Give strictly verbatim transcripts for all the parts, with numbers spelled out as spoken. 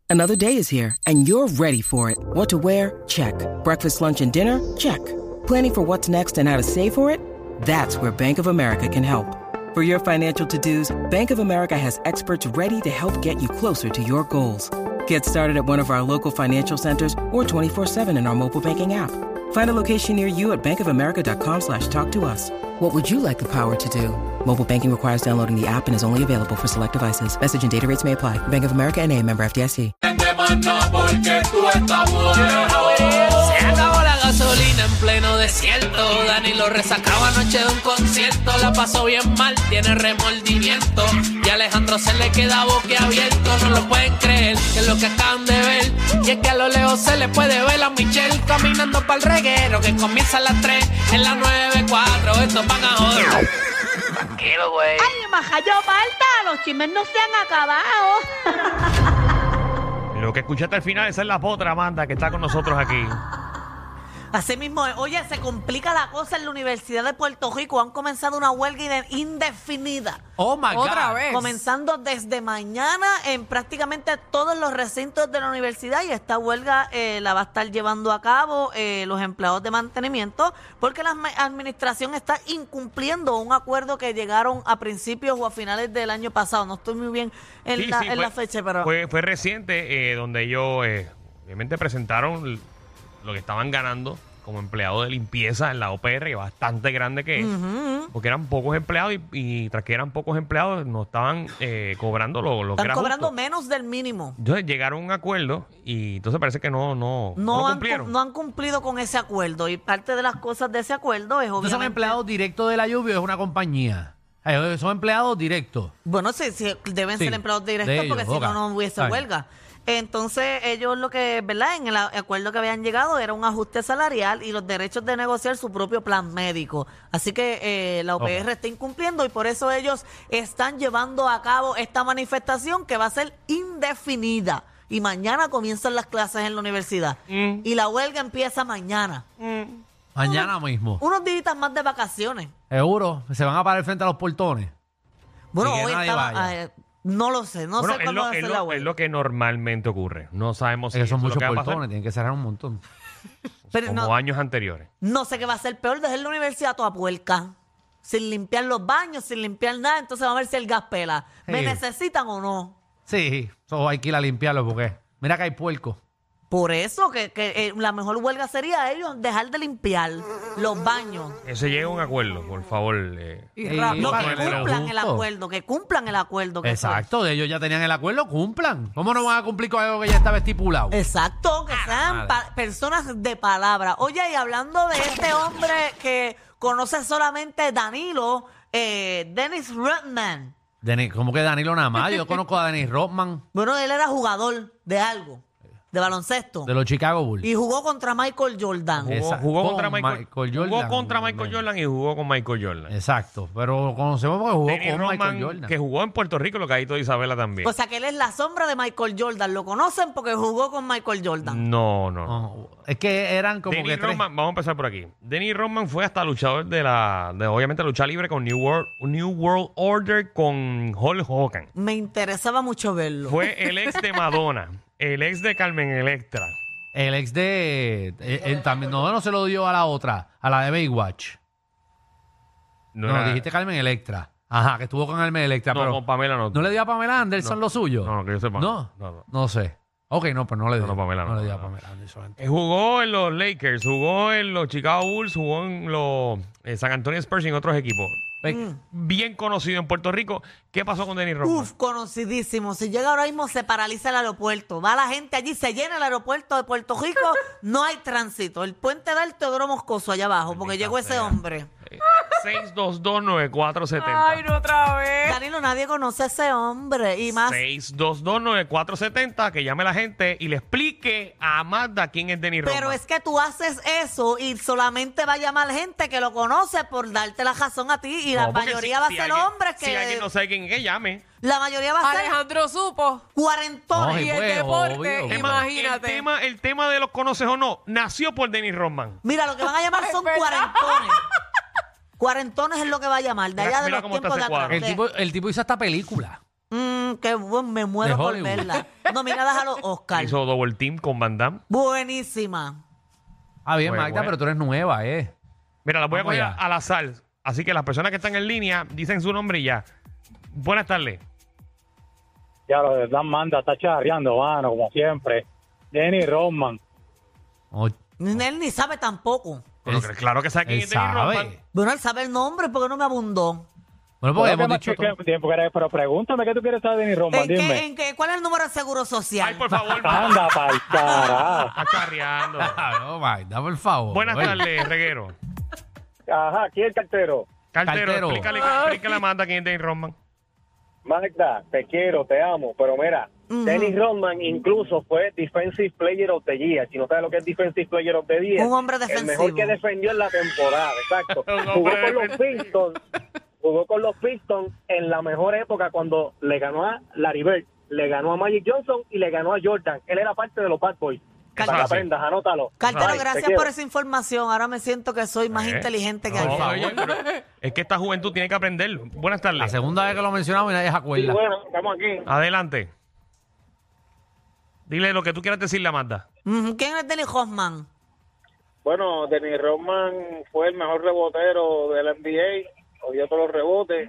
Another day is here, and you're ready for it. What to wear? Check. Breakfast, lunch, and dinner? Check. Planning for what's next and how to save for it? That's where Bank of America can help. For your financial to-dos, Bank of America has experts ready to help get you closer to your goals. Get started at one of our local financial centers or twenty-four seven in our mobile banking app. Find a location near you at bankofamerica.com slash talk to us. What would you like the power to do? Mobile banking requires downloading the app and is only available for select devices. Message and data rates may apply. Bank of America N A, member F D I C. Se acabó la gasolina en pleno desierto. Dani lo resacaba anoche de un concierto. La pasó bien mal, tiene remordimiento. Y a Alejandro se le queda boquiabierto. No lo pueden creer, que es lo que acaban de ver. Y es que a lo lejos se le puede ver a Michelle caminando para el reguero, que comienza a las tres en las nueve cuatro. Estos van a joder. Tranquilo, güey. Ay, majayo Malta, los chismes no se han acabado. Lo que escuchaste al final, esa es la potra, Amanda, que está con nosotros aquí. Así mismo, oye, se complica la cosa en la Universidad de Puerto Rico. Han comenzado una huelga indefinida. Oh my God. Otra vez. Comenzando desde mañana en prácticamente todos los recintos de la universidad, y esta huelga eh, la va a estar llevando a cabo eh, los empleados de mantenimiento, porque la administración está incumpliendo un acuerdo que llegaron a principios o a finales del año pasado. No estoy muy bien en, Sí, la, sí, en fue, la fecha, pero... Fue, fue reciente, eh, donde ellos eh, obviamente presentaron lo que estaban ganando como empleado de limpieza en la O P R, que bastante grande que es, uh-huh. porque eran pocos empleados y, y tras que eran pocos empleados no estaban eh, cobrando lo, lo que era Están cobrando justo. menos del mínimo. Entonces llegaron a un acuerdo y entonces parece que no, no, no, No, lo han, cumplieron. cu- no han cumplido con ese acuerdo, y parte de las cosas de ese acuerdo es ¿Ustedes obviamente... son empleados directos de la lluvia o es una compañía? Eh, Son empleados directos. Bueno, sí, sí, deben Sí, ser empleados directos, de ellos, porque si ok. no, no hubiese Está bien. huelga. Entonces, ellos lo que, ¿verdad? En el a- acuerdo que habían llegado era un ajuste salarial y los derechos de negociar su propio plan médico. Así que eh, la O P R Ok. está incumpliendo, y por eso ellos están llevando a cabo esta manifestación que va a ser indefinida. Y mañana comienzan las clases en la universidad. Mm. Y la huelga empieza mañana. Mañana mismo. Unos días más de vacaciones. Seguro. Se van a parar frente a los portones. Bueno, Y que hoy nadie estaba... vaya. eh, no lo sé, no Bueno, sé es cuándo lo, va a es ser lo- la es huelga. lo que normalmente ocurre. No sabemos si Es que son eso es lo muchos que va a pasar, portones, tienen que cerrar un montón. Pero como no, años anteriores. no sé qué va a ser peor, dejar la universidad toda puerca, sin limpiar los baños, sin limpiar nada. Entonces vamos a ver si el gas pela. ¿Me Sí. necesitan o no? Sí, eso hay que ir a limpiarlo porque mira que hay puerco. Por eso que, que eh, la mejor huelga sería ellos dejar de limpiar los baños. Que se llegue a un acuerdo, por favor. eh. Y Sí, rápido. No, para que ponerlo cumplan el justo. acuerdo, que cumplan el acuerdo. Que Exacto, ellos ya tenían el acuerdo, cumplan. ¿Cómo no van a cumplir con algo que ya estaba estipulado? fue. Exacto, que sean madre. pa- personas de palabra. Oye, y hablando de este hombre que conoce solamente Danilo, eh, Dennis Rodman. Denis- ¿Cómo que Danilo nada más? Yo conozco a Dennis Rodman Bueno, él era jugador de algo, de baloncesto. de los Chicago Bulls. Y jugó contra Michael Jordan. Jugó, Esa- jugó con contra Michael, Michael jugó Jordan. contra Michael Jordan y jugó con Michael Jordan. Exacto, pero lo conocemos porque jugó Dennis con Rodman, Michael Jordan. que jugó en Puerto Rico, lo que ha dicho Isabela también. O sea, que él es la sombra de Michael Jordan. Lo conocen porque jugó con Michael Jordan. No, no. no. No, es que eran como Dennis que tres. Rodman, vamos a empezar por aquí. Dennis Rodman fue hasta luchador de la, de obviamente lucha libre con New World, New World Order con Hulk Hogan. Me interesaba mucho verlo. Fue el ex de Madonna, el ex de Carmen Electra. El ex de. Él, él también, no, no se lo dio a la otra, a la de Baywatch. No, No, era- dijiste Carmen Electra. Ajá, que estuvo con Carmen Electra. no, pero con Pamela no. ¿no le dio a Pamela Anderson No. lo suyo? No, no, que yo sepa. No, No, no. no sé. Ok, no, pero no le dio. No, no, Pamela no, le dio a no. Pamela Anderson. Eh, Jugó en los Lakers, jugó en los Chicago Bulls, jugó en los eh, San Antonio Spurs y en otros equipos. Ve- Bien conocido en Puerto Rico. ¿Qué pasó con Dennis Rodman? Uf, conocidísimo. Si llega ahora mismo, se paraliza el aeropuerto. Va la gente allí, se llena el aeropuerto de Puerto Rico. No hay tránsito. El puente del Teodoro Moscoso allá abajo, porque Maldita llegó ese sea. hombre. seis dos dos, nueve cuatro siete cero. Ay, no otra vez. Danilo, nadie conoce a ese hombre. Y más. seis dos dos, nueve cuatro siete cero, que llame la gente y le explique a Amanda quién es Dennis Rodman. Pero es que tú haces eso y solamente va a llamar gente que lo conoce por darte la razón a ti. Y la No, porque mayoría si- va a si ser alguien- hombres que. Si alguien no sabe quién es, que llame. La mayoría va a ser Alejandro supo. cuarentones. Ay, Y el pues, deporte, obvio. Es más, imagínate. El tema, el tema de los conoces o no nació por Dennis Rodman. Mira, lo que van a llamar Es son verdad. cuarentones. Cuarentones es lo que va a llamar. De Mira- allá de mira los cómo está tiempos de ese atrás. cuadro. El De- tipo, el tipo hizo esta película. Mm, qué bueno, me muero De por Hollywood. verla. Nominadas a los Oscars. Hizo double team con Van Damme. Buenísima. Ah, bien, Bueno, Magda, bueno. pero tú eres nueva, ¿eh? Mira, las voy a Vamos coger allá. al azar. Así que las personas que están en línea dicen su nombre y ya. Buenas tardes. Ya lo de Dan Manda está charreando, mano, como siempre. Denny Rodman. Oh, Él ni sabe tampoco. Bueno, Él- que- claro que sabe quién él es Dennis sabe. Rodman. Bueno, él sabe el nombre porque no me abundó. Bueno, porque Pero hemos ¿qué dicho más- todo. qué tiempo que eres? Pero pregúntame qué tú quieres saber de Denny Rodman, ¿En qué, dime. en qué- ¿Cuál es el número de seguro social? Ay, por favor, Magda. Anda pa'l carajo. Está charreando. Ah, no, Magda, por favor. Buenas Oye, tardes, reguero. Ajá, aquí el cartero. Cartero, Cartero. explícale, explícale a Magda quién es Dennis Rodman. Magda, te quiero, te amo, pero mira, Ujú. Dennis Rodman incluso fue Defensive Player of the Year. Si no sabes lo que es Defensive Player of the Year, Un hombre el defensivo. mejor que defendió en la temporada, exacto. Un Jugó hombre con los defensivo. Pistons, jugó con los Pistons en la mejor época cuando le ganó a Larry Bird, le ganó a Magic Johnson y le ganó a Jordan. Él era parte de los Bad Boys. Para que Eso así. aprendas, anótalo. Cartero, Bye, te gracias quiero. por esa información. Ahora me siento que soy más Eh. inteligente que No, ayer. oye, pero es que esta juventud tiene que aprender. Buenas La tardes. segunda vez que lo mencionamos y nadie se Sí, acuerda. bueno, estamos aquí. Adelante. Dile lo que tú quieras decirle a Magda. Ujú. ¿Quién es Denny Hoffman? Bueno, Dennis Rodman fue el mejor rebotero del N B A, odió todos los rebotes.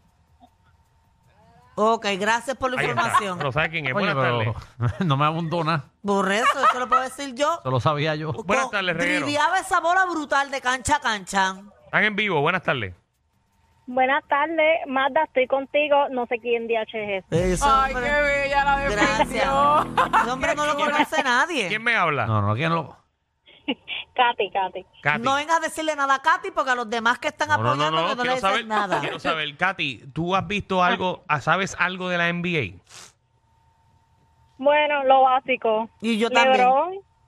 Ok, gracias por la Ahí está. información. Pero ¿sabe quién es? Oye, Buenas pero tardes. no me abundó nada. Por eso, eso lo puedo decir yo. Eso lo sabía yo. Buenas tardes, reguero. Driviaba esa bola brutal de cancha a cancha. Están en vivo. Buenas tardes. Buenas tardes, Magda, estoy contigo. No sé quién D H es ese. Ese Ay, hombre- qué bella la Gracias. defendió. Ese hombre no lo conoce nadie. ¿Quién me habla? No, no, ¿quién lo...? Katy, Katy. Katy. No vengas a decirle nada a Katy porque a los demás que están No, no, no, apoyando no, que no le quiero dices saber, nada. quiero saber, Katy, ¿tú has visto algo, sabes algo de la N B Bueno, lo básico. Y yo también. LeBron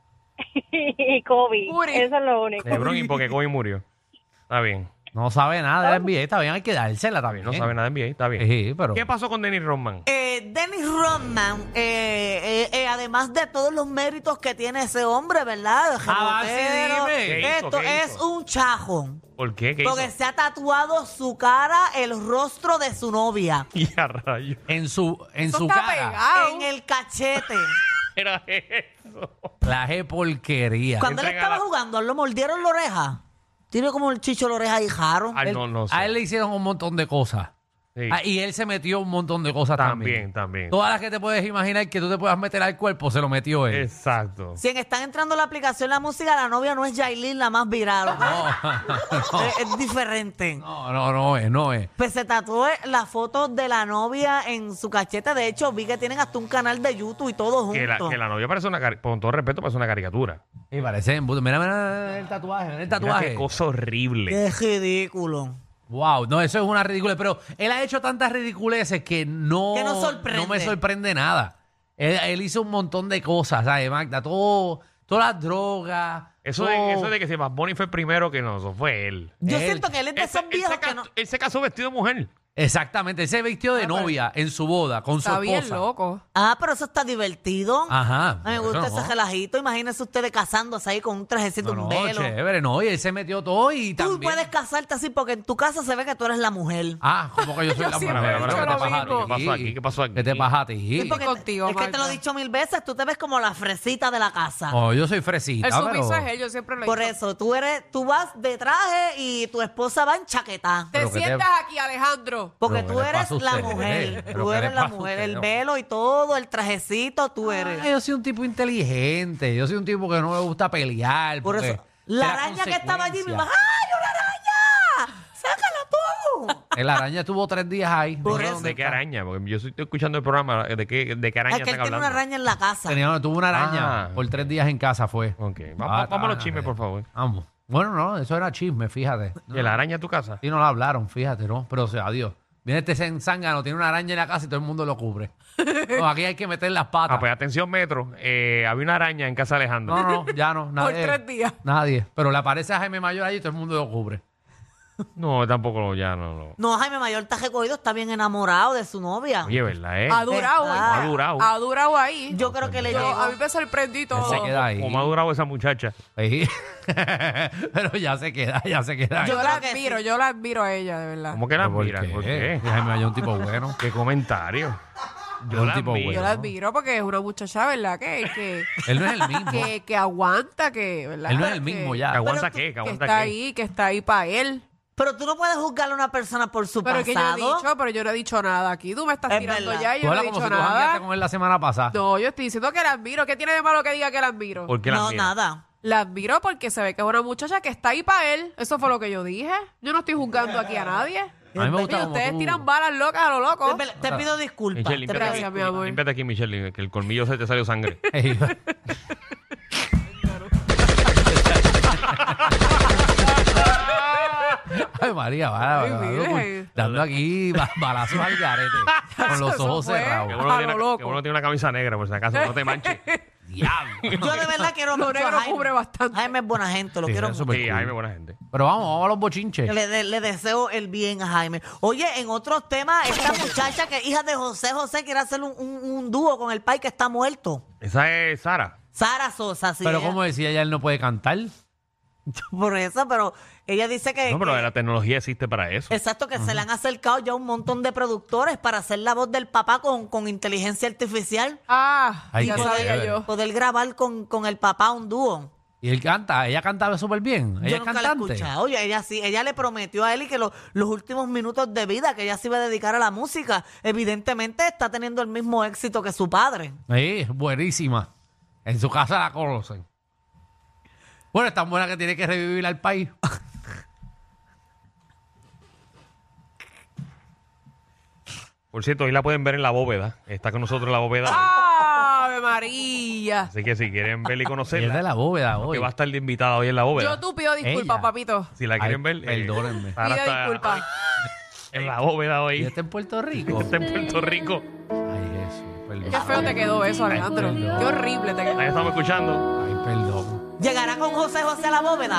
y Kobe. Uri. Eso es lo único. A? LeBron y porque Kobe murió. Está bien. No sabe nada de la N B A. Está bien, hay que dársela también. No sabe nada de N B A, está bien. Sí, pero... ¿Qué pasó con Dennis Rodman? Eh, Dennis Rodman, eh, eh, eh, además de todos los méritos que tiene ese hombre, ¿verdad? De Ah, sí, rebotero, dime. ¿Qué hizo? esto ¿Qué es hizo? un chajo. ¿Por qué? ¿Qué Porque hizo? se ha tatuado su cara, el rostro de su novia, Y a rayos. En su, en Eso su está cara. pegado. en el cachete. Era eso. Clase porquería. Cuando él Entrega estaba la- jugando, ¿lo mordieron la oreja? Tiene como el chicho la oreja y jaro. Ay, Él- no, no sé. A él le hicieron un montón de cosas. Sí. Ah, y él se metió un montón de cosas También, también. también. Todas las que te puedes imaginar que tú te puedas meter al cuerpo, se lo metió él. Exacto. Si están entrando a la aplicación la música, la novia no es Yailin la más viral, ¿ok? No, es, es diferente. no, no, no es, no es. Pues se tatuó la foto de la novia en su cachete. De hecho, vi que tienen hasta un canal de YouTube y todo junto. Que la, que la novia parece una, cari- con todo respeto, parece una caricatura. Y parece embuste. Mira, mira el tatuaje, mira el Mira tatuaje. qué cosa horrible. Qué ridículo. Wow, no, eso es una ridícula. Pero él ha hecho tantas ridiculeces que no, Que no sorprende. no me sorprende nada. Él, él hizo un montón de cosas, ¿sabes, Magda? Todo, todas las drogas. Eso todo- de, eso de que si Bad Bunny fue el primero que no, eso fue él. Yo Él- siento que él es de Él se, esos él viejos se que ca- no... él se casó vestido de mujer. Exactamente, él se vistió de novia en su boda con su Está bien esposa. loco. Ah, pero eso está divertido. Ajá. A mí me eso gusta no. ese relajito. Imagínense ustedes casándose ahí con un trajecito, No, un no, velo. chévere, no, y él se metió todo y Tú también... puedes casarte así porque en tu casa se ve que tú eres la mujer. Ah, como que yo soy Yo la siempre mujer. he ¿Qué dicho te lo pasa a mismo. ti? ¿Qué pasó aquí? ¿Qué pasó aquí? ¿Qué te pasa a ti? Sí, porque contigo, es que te lo he Magda. dicho mil veces. Tú te ves como la fresita de la casa. Oh, yo soy fresita, El sumiso pero... es él, yo siempre lo he Por dicho. eso, tú eres, tú vas de traje y tu esposa va en chaqueta. Te Pero que te- sientas aquí, Alejandro. Porque Pero tú ¿qué le eres pasa a la usted? mujer. Pero Tú ¿qué le eres la pasa a mujer. usted? El velo y todo, el trajecito, tú eres. Ah, yo soy un tipo inteligente. Yo soy un tipo que no me gusta pelear. Por porque eso, la de araña que estaba allí, mi consecuencia. mamá, ¡ay, una araña! ¡Sácala tú! La araña estuvo tres días ahí. Por No sé eso. dónde ¿De qué está. araña? Porque yo estoy escuchando el programa. ¿De qué, de qué araña Es que él están tiene hablando? una araña en la casa. Tenía, tuvo una araña Ah. por tres días en casa, fue. Ok. Ah, Vamos, vamos a los ah, chismes, eh. por favor. Vamos. Bueno, no, eso era chisme, fíjate. ¿De la araña a tu casa? Sí, no lo hablaron, fíjate, ¿no? Pero, o sea, adiós. Viene este zángano, tiene una araña en la casa y todo el mundo lo cubre. No, aquí hay que meter las patas. Ah, pues atención, Metro. Eh, había una araña en casa de Alejandro. No, no, ya no. Nadie, tres días. Nadie. Pero le aparece a Jaime Mayor allí y todo el mundo lo cubre. No, tampoco ya no lo. No, Jaime Mayor está recogido, está bien enamorado de su novia. Oye, ¿verdad, eh? Ha durado. Ah. Ha durado. Ha durado ahí. Yo creo que le Yo- llegó. a mí me sorprendí Él todo. se queda ahí. ¿Cómo ha durado esa muchacha? Sí. Pero ya se queda, ya se queda ahí. Yo Yo la creo que admiro, sí. yo la admiro a ella, de verdad. ¿Cómo que la ¿Pero por miran? qué? ¿Por qué? Jaime Mayor es un tipo bueno. ¿Qué comentario? Es un tipo admiro. Yo la admiro porque es una muchacha, ¿verdad? Que, que, Él no es el mismo. que, que aguanta, que, ¿verdad? Él no es el Que- mismo ¿Que ya. aguanta Pero tú- qué? ¿Que Que aguanta está qué? ahí, que está ahí para él. Pero tú no puedes juzgar a una persona por su Pero que yo he pasado. dicho, pero yo no he dicho nada aquí. Tú me estás Es tirando verdad. ya y Tú yo no he hablas como dicho si tú jangueaste nada. con él la semana pasada. No, yo estoy diciendo que la admiro. ¿Qué tiene de malo que diga que la admiro? ¿Por qué la No, admira? nada. La admiro porque se ve que es una muchacha que está ahí para él. Eso fue lo que yo dije. Yo no estoy juzgando aquí a nadie. A mí me gusta Mira, como ustedes tú- tiran balas locas a lo loco. Te, te pido disculpas. Michelle, te límpiate, pido- Gracias, mi amor. límpiate aquí, Michelle, que el colmillo se te salió sangre. Ey, Ay, María, va, Ay, va, va, mire. va, dando aquí ba- balazos al garete, con los Eso ojos fue. cerrados. Que A uno, lo tiene, una- loco. que uno tiene una camisa negra, por si acaso, no te manches. Diablo. Yo de verdad quiero Lo mucho a negro Jaime. cubre bastante. Jaime es buena gente, lo Sí, quiero eso mucho. me- Sí, Jaime, buena gente. Pero vamos, vamos a los bochinches. Le, de- le deseo el bien a Jaime. Oye, en otros temas, esta muchacha que es hija de José José quiere hacer un, un- un dúo con el pai que está muerto. Esa es Sara. Sara Sosa, sí. Pero ella- como decía, ya él no puede cantar. Por eso, pero ella dice que... No, pero que- la tecnología existe para eso. Exacto, que se le han acercado ya un montón de productores para hacer la voz del papá con, con inteligencia artificial. Ah, Ay, ya qué sabía chévere. yo. Poder grabar con, con el papá un dúo. Y él canta, ella cantaba súper bien. Ella Yo es nunca la he cantante. escuchado. Oye, ella sí, ella le prometió a él y que lo- los últimos minutos de vida que ella se iba a dedicar a la música. Evidentemente está teniendo el mismo éxito que su padre. Sí, buenísima. En su casa la conocen. Bueno, es tan buena que tiene que revivir al país. Por cierto, hoy la pueden ver en la bóveda. Está con nosotros en la bóveda. ¡Ave María! Así que si quieren verla y Y es de conocerla, la bóveda que hoy. va a estar de invitada hoy en la bóveda. Yo tú pido disculpas, Ella. papito. Si la quieren Ay, ver, eh, perdónenme. Sara Pide está disculpas. en la bóveda Y hoy. está en Puerto Rico. Está en Puerto Rico. Ay, Jesús, perdón. Qué feo te quedó eso, Alejandro. perdón. Qué horrible te quedó. Ahí estamos escuchando. Ay, perdón. ¿Llegará con José José a la bóveda?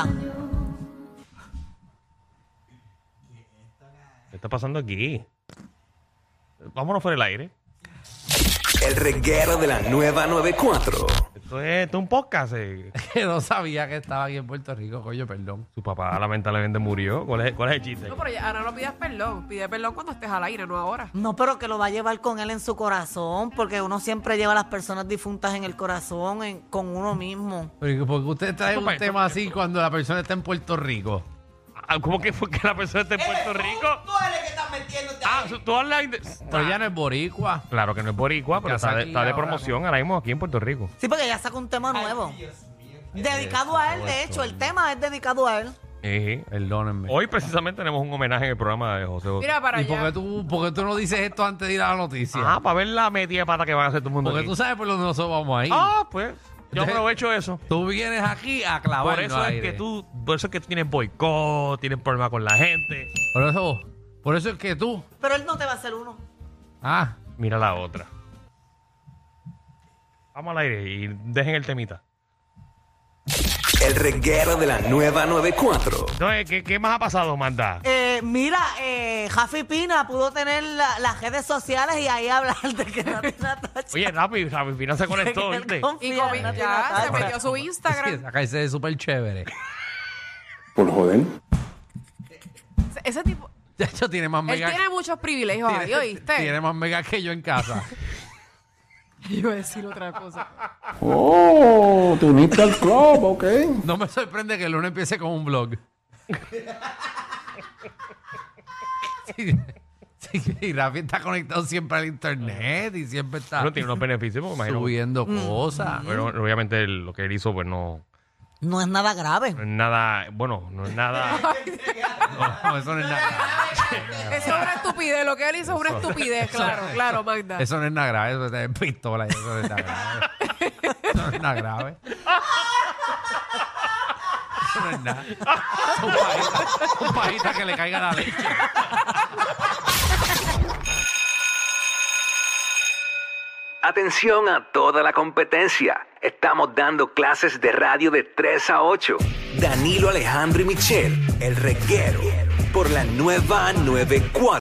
¿Qué está pasando aquí? Vámonos por el aire. El reguero de la nueva noventa y cuatro. Esto es, esto es un podcast. eh. Que no sabía que estaba aquí en Puerto Rico, coño, perdón. Su papá lamentablemente murió. ¿Cuál es, cuál es el chiste? No, pero ya, ahora no pidas perdón. Pide perdón cuando estés al aire, no ahora. No, pero que lo va a llevar con él en su corazón, porque uno siempre lleva a las personas difuntas en el corazón, en- con uno mismo. Porque porque usted trae un Papá, tema así cuando la persona está en Puerto Rico. Ah, ¿cómo que fue que la persona está en Puerto Rico? Tú eres que estás metiéndote Ah, tú hablas de... Pero ya no es boricua. Claro que no es boricua, pero Ya está de, aquí está de ahora, promoción ahora mismo aquí en Puerto Rico. Sí, porque ya sacó un tema nuevo. Dedicado a él, de hecho, el tema es dedicado a él. Ejé. Perdónenme. Hoy precisamente tenemos un homenaje en el programa de José José. Mira para ¿Y por allá. qué, tú, por qué tú no dices esto antes de ir a la noticia? Ah, para ver la media pata que van a hacer todo el mundo Porque aquí. tú sabes por dónde nosotros vamos a ir. Ah, pues yo Entonces- aprovecho eso. Tú vienes aquí a clavar Por eso es que tú, por eso es que tú tienes boicot, tienes problemas con la gente. Por eso, por eso es que tú... Pero él no te va a hacer uno. Ah, Mira la otra. Vamos al aire y dejen el temita. El reguero de la nueva noventa y cuatro. Entonces, ¿qué, qué más ha pasado, Manda? Eh, mira, eh, Jafi Pina pudo tener la- las redes sociales y ahí hablar de que Nati Natacha. Oye, Rapi, Rapi Pina se conectó, que él ¿viste? confía Y como en Nati ya se Natacha. metió a su sí, Instagram. esa ese es súper chévere. Por joder. Ese- Ese tipo. De hecho, tiene más Él mega... tiene muchos privilegios ahí, ¿oíste? tiene más mega que yo en casa. Yo iba a decir otra cosa. Oh, te uniste al club, ok. No me sorprende que el lunes empiece con un blog. Sí, sí, y Rafi está conectado siempre al internet y siempre está Bueno, tiene unos beneficios, porque imagino. subiendo cosas. Bueno, obviamente el- lo que él hizo, pues no, No es nada grave. no es nada, bueno, no es nada. No, no, eso no es nada grave. Eso es una estupidez. Lo que él hizo es una estupidez, claro, claro, Magda. Eso no es nada grave, eso es de pistola y eso no es nada grave. Eso no es nada grave. Eso no es nada. Un pajita, un pajita que le caiga la leche. Atención a toda la competencia. Estamos dando clases de radio de tres a ocho. Danilo Alejandro y Michelle, el reguero. por la nueva noventa y cuatro.